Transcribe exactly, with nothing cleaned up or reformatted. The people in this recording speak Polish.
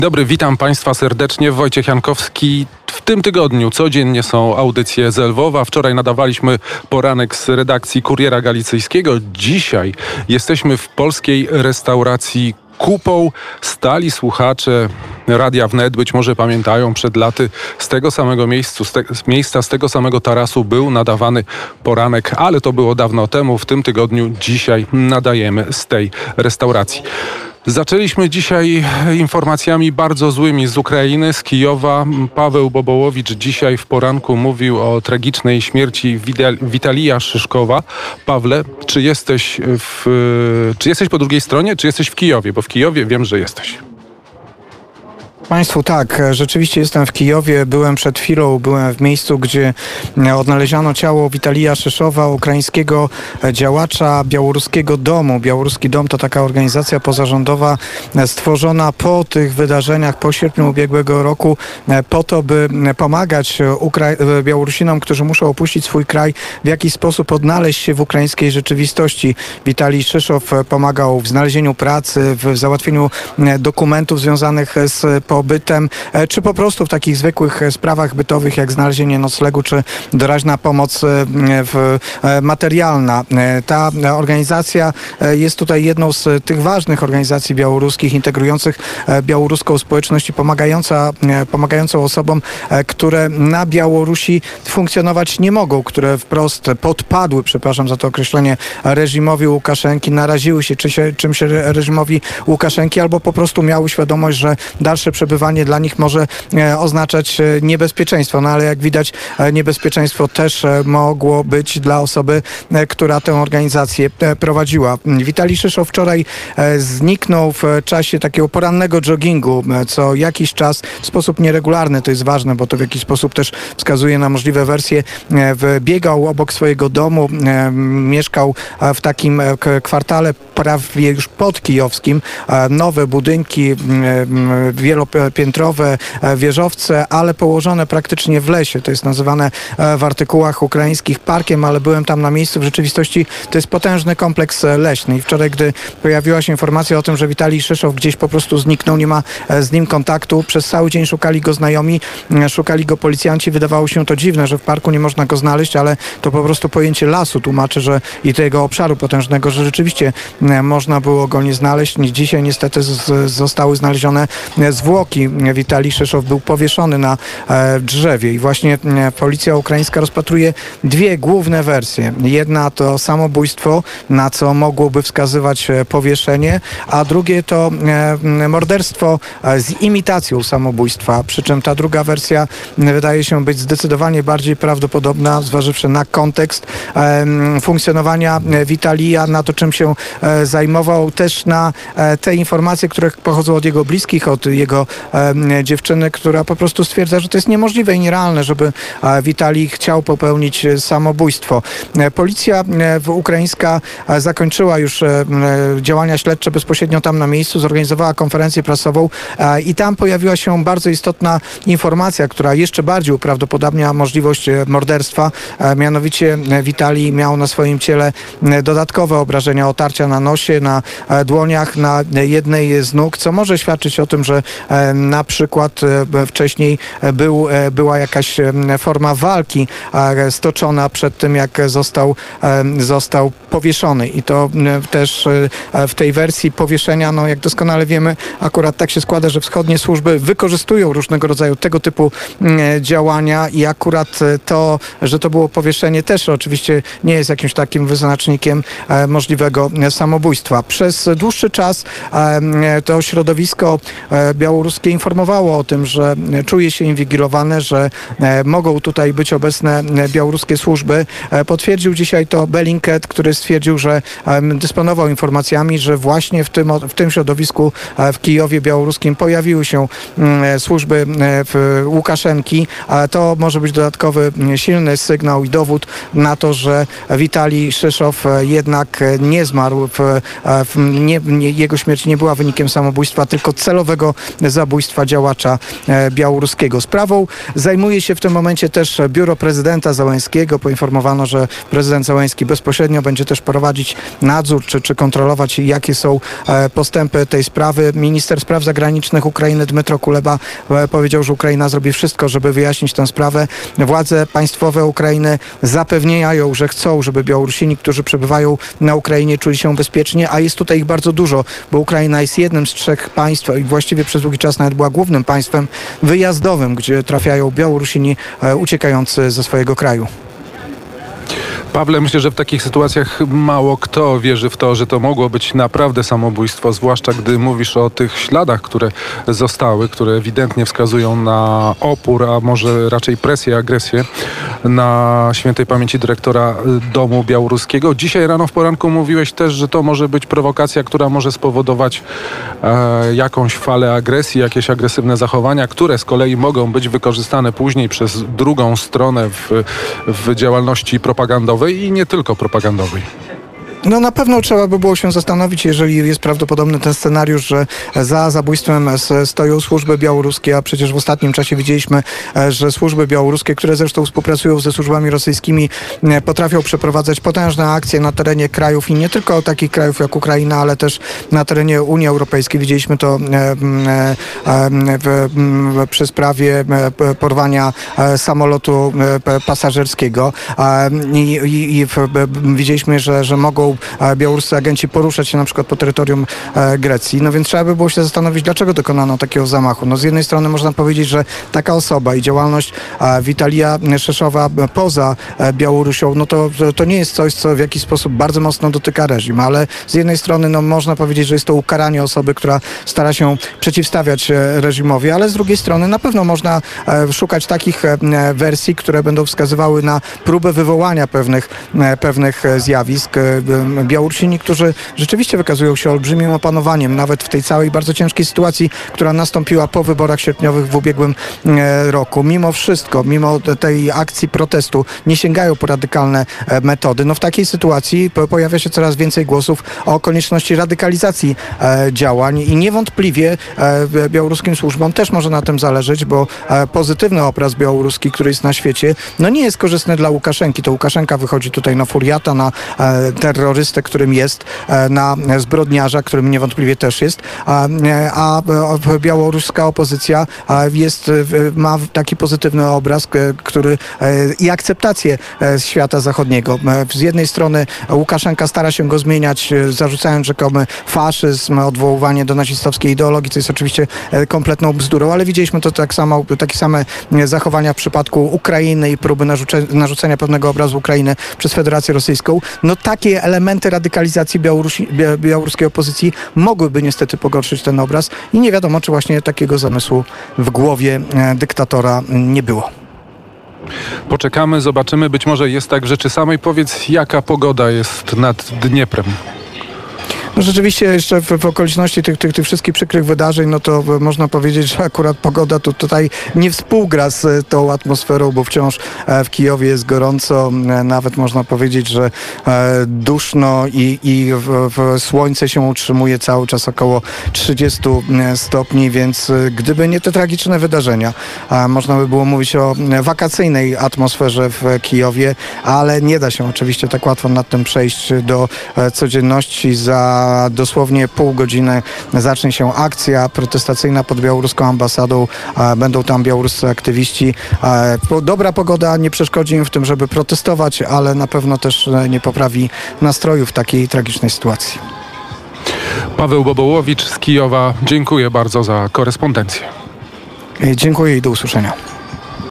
Dobry, witam Państwa serdecznie. Wojciech Jankowski. W tym tygodniu codziennie są audycje z Lwowa. Wczoraj nadawaliśmy poranek z redakcji Kuriera Galicyjskiego. Dzisiaj jesteśmy w polskiej restauracji Kupą. Stali słuchacze Radia Wnet być może pamiętają, przed laty z tego samego miejscu, z, te, z miejsca, z tego samego tarasu był nadawany poranek, ale to było dawno temu. W tym tygodniu dzisiaj nadajemy z tej restauracji. Zaczęliśmy dzisiaj informacjami bardzo złymi z Ukrainy, z Kijowa. Paweł Bobołowicz dzisiaj w poranku mówił o tragicznej śmierci Witalija Szyszkowa. Pawle, czy jesteś, w, czy jesteś po drugiej stronie, czy jesteś w Kijowie? Bo w Kijowie wiem, że jesteś. Państwu, tak, rzeczywiście jestem w Kijowie, byłem przed chwilą, byłem w miejscu, gdzie odnaleziono ciało Witalija Szyszowa, ukraińskiego działacza Białoruskiego Domu. Białoruski Dom to taka organizacja pozarządowa stworzona po tych wydarzeniach, po sierpniu ubiegłego roku, po to, by pomagać Ukra- Białorusinom, którzy muszą opuścić swój kraj, w jakiś sposób odnaleźć się w ukraińskiej rzeczywistości. Witalij Szyszow pomagał w znalezieniu pracy, w załatwieniu dokumentów związanych z pobytem, czy po prostu w takich zwykłych sprawach bytowych, jak znalezienie noclegu, czy doraźna pomoc w, materialna. Ta organizacja jest tutaj jedną z tych ważnych organizacji białoruskich, integrujących białoruską społeczność i pomagająca, pomagającą osobom, które na Białorusi funkcjonować nie mogą, które wprost podpadły, przepraszam za to określenie, reżimowi Łukaszenki, naraziły się, czy się czymś reżimowi Łukaszenki, albo po prostu miały świadomość, że dalsze przebywanie dla nich może oznaczać niebezpieczeństwo. No ale jak widać, niebezpieczeństwo też mogło być dla osoby, która tę organizację prowadziła. Witalij Szyszow wczoraj zniknął w czasie takiego porannego joggingu, co jakiś czas w sposób nieregularny, to jest ważne, bo to w jakiś sposób też wskazuje na możliwe wersje, biegał obok swojego domu, mieszkał w takim kwartale prawie już podkijowskim, nowe budynki, wielopiętrowe wieżowce, ale położone praktycznie w lesie. To jest nazywane w artykułach ukraińskich parkiem, ale byłem tam na miejscu. W rzeczywistości to jest potężny kompleks leśny. I wczoraj, gdy pojawiła się informacja o tym, że Witalij Szyszow gdzieś po prostu zniknął, nie ma z nim kontaktu, przez cały dzień szukali go znajomi, szukali go policjanci. Wydawało się to dziwne, że w parku nie można go znaleźć, ale to po prostu pojęcie lasu tłumaczy, że i tego obszaru potężnego, że rzeczywiście można było go nie znaleźć. Dzisiaj niestety z, zostały znalezione zwłoki. Witalij Szyszow był powieszony na e, drzewie i właśnie e, policja ukraińska rozpatruje dwie główne wersje. Jedna to samobójstwo, na co mogłoby wskazywać e, powieszenie, a drugie to e, morderstwo e, z imitacją samobójstwa. Przy czym ta druga wersja e, wydaje się być zdecydowanie bardziej prawdopodobna, zważywszy na kontekst e, funkcjonowania Witalija, na to, czym się e, zajmował, też na e, te informacje, które pochodzą od jego bliskich, od jego e, dziewczyny, która po prostu stwierdza, że to jest niemożliwe i nierealne, żeby e, Witalij chciał popełnić samobójstwo. E, policja e, ukraińska e, zakończyła już e, działania śledcze bezpośrednio tam na miejscu, zorganizowała konferencję prasową e, i tam pojawiła się bardzo istotna informacja, która jeszcze bardziej uprawdopodobnia możliwość e, morderstwa. E, mianowicie e, Witalij miał na swoim ciele e, dodatkowe obrażenia, otarcia na nosie, na e, dłoniach, na e, jednej z nóg, co może świadczyć o tym, że e, na przykład e, wcześniej był, e, była jakaś e, forma walki e, stoczona przed tym, jak został, e, został powieszony. I to e, też e, w tej wersji powieszenia, no jak doskonale wiemy, akurat tak się składa, że wschodnie służby wykorzystują różnego rodzaju tego typu e, działania i akurat to, że to było powieszenie, też oczywiście nie jest jakimś takim wyznacznikiem e, możliwego samobójstwa. Przez dłuższy czas e, to środowisko e, białoruskie informowało o tym, że czuje się inwigilowane, że e, mogą tutaj być obecne e, białoruskie służby. E, potwierdził dzisiaj to Bellingcat, który stwierdził, że e, dysponował informacjami, że właśnie w tym, w tym środowisku e, w Kijowie białoruskim pojawiły się e, służby e, w Łukaszenki. E, to może być dodatkowy silny sygnał i dowód na to, że Witalij Szyszow jednak nie zmarł, w, w, nie, nie, jego śmierć nie była wynikiem samobójstwa, tylko celowego zabójstwa działacza białoruskiego. Sprawą zajmuje się w tym momencie też biuro prezydenta Zełenskiego. Poinformowano, że prezydent Zełenski bezpośrednio będzie też prowadzić nadzór, czy, czy kontrolować, jakie są postępy tej sprawy. Minister spraw zagranicznych Ukrainy Dmytro Kuleba powiedział, że Ukraina zrobi wszystko, żeby wyjaśnić tę sprawę. Władze państwowe Ukrainy zapewniają, że chcą, żeby Białorusini, którzy przebywają na Ukrainie, czuli się bezpiecznie, a jest tutaj ich bardzo dużo, bo Ukraina jest jednym z trzech państw i właściwie przez długi czas nawet była głównym państwem wyjazdowym, gdzie trafiają Białorusini uciekający ze swojego kraju. Pawle, myślę, że w takich sytuacjach mało kto wierzy w to, że to mogło być naprawdę samobójstwo, zwłaszcza gdy mówisz o tych śladach, które zostały, które ewidentnie wskazują na opór, a może raczej presję, agresję na świętej pamięci dyrektora Domu Białoruskiego. Dzisiaj rano w poranku mówiłeś też, że to może być prowokacja, która może spowodować e, jakąś falę agresji, jakieś agresywne zachowania, które z kolei mogą być wykorzystane później przez drugą stronę w, w działalności propagandowej i nie tylko propagandowej. No na pewno trzeba by było się zastanowić, jeżeli jest prawdopodobny ten scenariusz, że za zabójstwem stoją służby białoruskie, a przecież w ostatnim czasie widzieliśmy, że służby białoruskie, które zresztą współpracują ze służbami rosyjskimi, potrafią przeprowadzać potężne akcje na terenie krajów i nie tylko takich krajów jak Ukraina, ale też na terenie Unii Europejskiej. Widzieliśmy to w, w, przy sprawie porwania samolotu pasażerskiego i, i, i widzieliśmy, że, że mogą białoruscy agenci poruszać się na przykład po terytorium Grecji. No więc trzeba by było się zastanowić, dlaczego dokonano takiego zamachu. No z jednej strony można powiedzieć, że taka osoba i działalność Witalija Szeszowa poza Białorusią, no to, to nie jest coś, co w jakiś sposób bardzo mocno dotyka reżim, ale z jednej strony no można powiedzieć, że jest to ukaranie osoby, która stara się przeciwstawiać reżimowi, ale z drugiej strony na pewno można szukać takich wersji, które będą wskazywały na próbę wywołania pewnych, pewnych zjawisk. Białorusini, którzy rzeczywiście wykazują się olbrzymim opanowaniem, nawet w tej całej bardzo ciężkiej sytuacji, która nastąpiła po wyborach sierpniowych w ubiegłym roku. Mimo wszystko, mimo tej akcji protestu, nie sięgają po radykalne metody. No w takiej sytuacji pojawia się coraz więcej głosów o konieczności radykalizacji działań i niewątpliwie białoruskim służbom też może na tym zależeć, bo pozytywny obraz białoruski, który jest na świecie, no nie jest korzystny dla Łukaszenki. To Łukaszenka wychodzi tutaj na furiata, na terrorystę, którym jest, na zbrodniarza, którym niewątpliwie też jest, a, a białoruska opozycja jest, ma taki pozytywny obraz, który i akceptację świata zachodniego. Z jednej strony Łukaszenka stara się go zmieniać, zarzucając rzekomy faszyzm, odwoływanie do nazistowskiej ideologii, co jest oczywiście kompletną bzdurą, ale widzieliśmy to tak samo, takie same zachowania w przypadku Ukrainy i próby narzucenia pewnego obrazu Ukrainy przez Federację Rosyjską. No takie elementy radykalizacji Białorusi, białoruskiej opozycji mogłyby niestety pogorszyć ten obraz i nie wiadomo, czy właśnie takiego zamysłu w głowie dyktatora nie było. Poczekamy, zobaczymy. Być może jest tak w rzeczy samej. Powiedz, jaka pogoda jest nad Dnieprem? No rzeczywiście jeszcze w, w okoliczności tych, tych, tych wszystkich przykrych wydarzeń, no to można powiedzieć, że akurat pogoda tu tutaj nie współgra z tą atmosferą, bo wciąż w Kijowie jest gorąco, nawet można powiedzieć, że duszno i, i w, w słońce się utrzymuje cały czas około trzydziestu stopni, więc gdyby nie te tragiczne wydarzenia, można by było mówić o wakacyjnej atmosferze w Kijowie, ale nie da się oczywiście tak łatwo nad tym przejść do codzienności. Za dosłownie pół godziny zacznie się akcja protestacyjna pod białoruską ambasadą. Będą tam białoruscy aktywiści. Dobra pogoda nie przeszkodzi im w tym, żeby protestować, ale na pewno też nie poprawi nastroju w takiej tragicznej sytuacji. Paweł Bobołowicz z Kijowa, dziękuję bardzo za korespondencję. Dziękuję i do usłyszenia.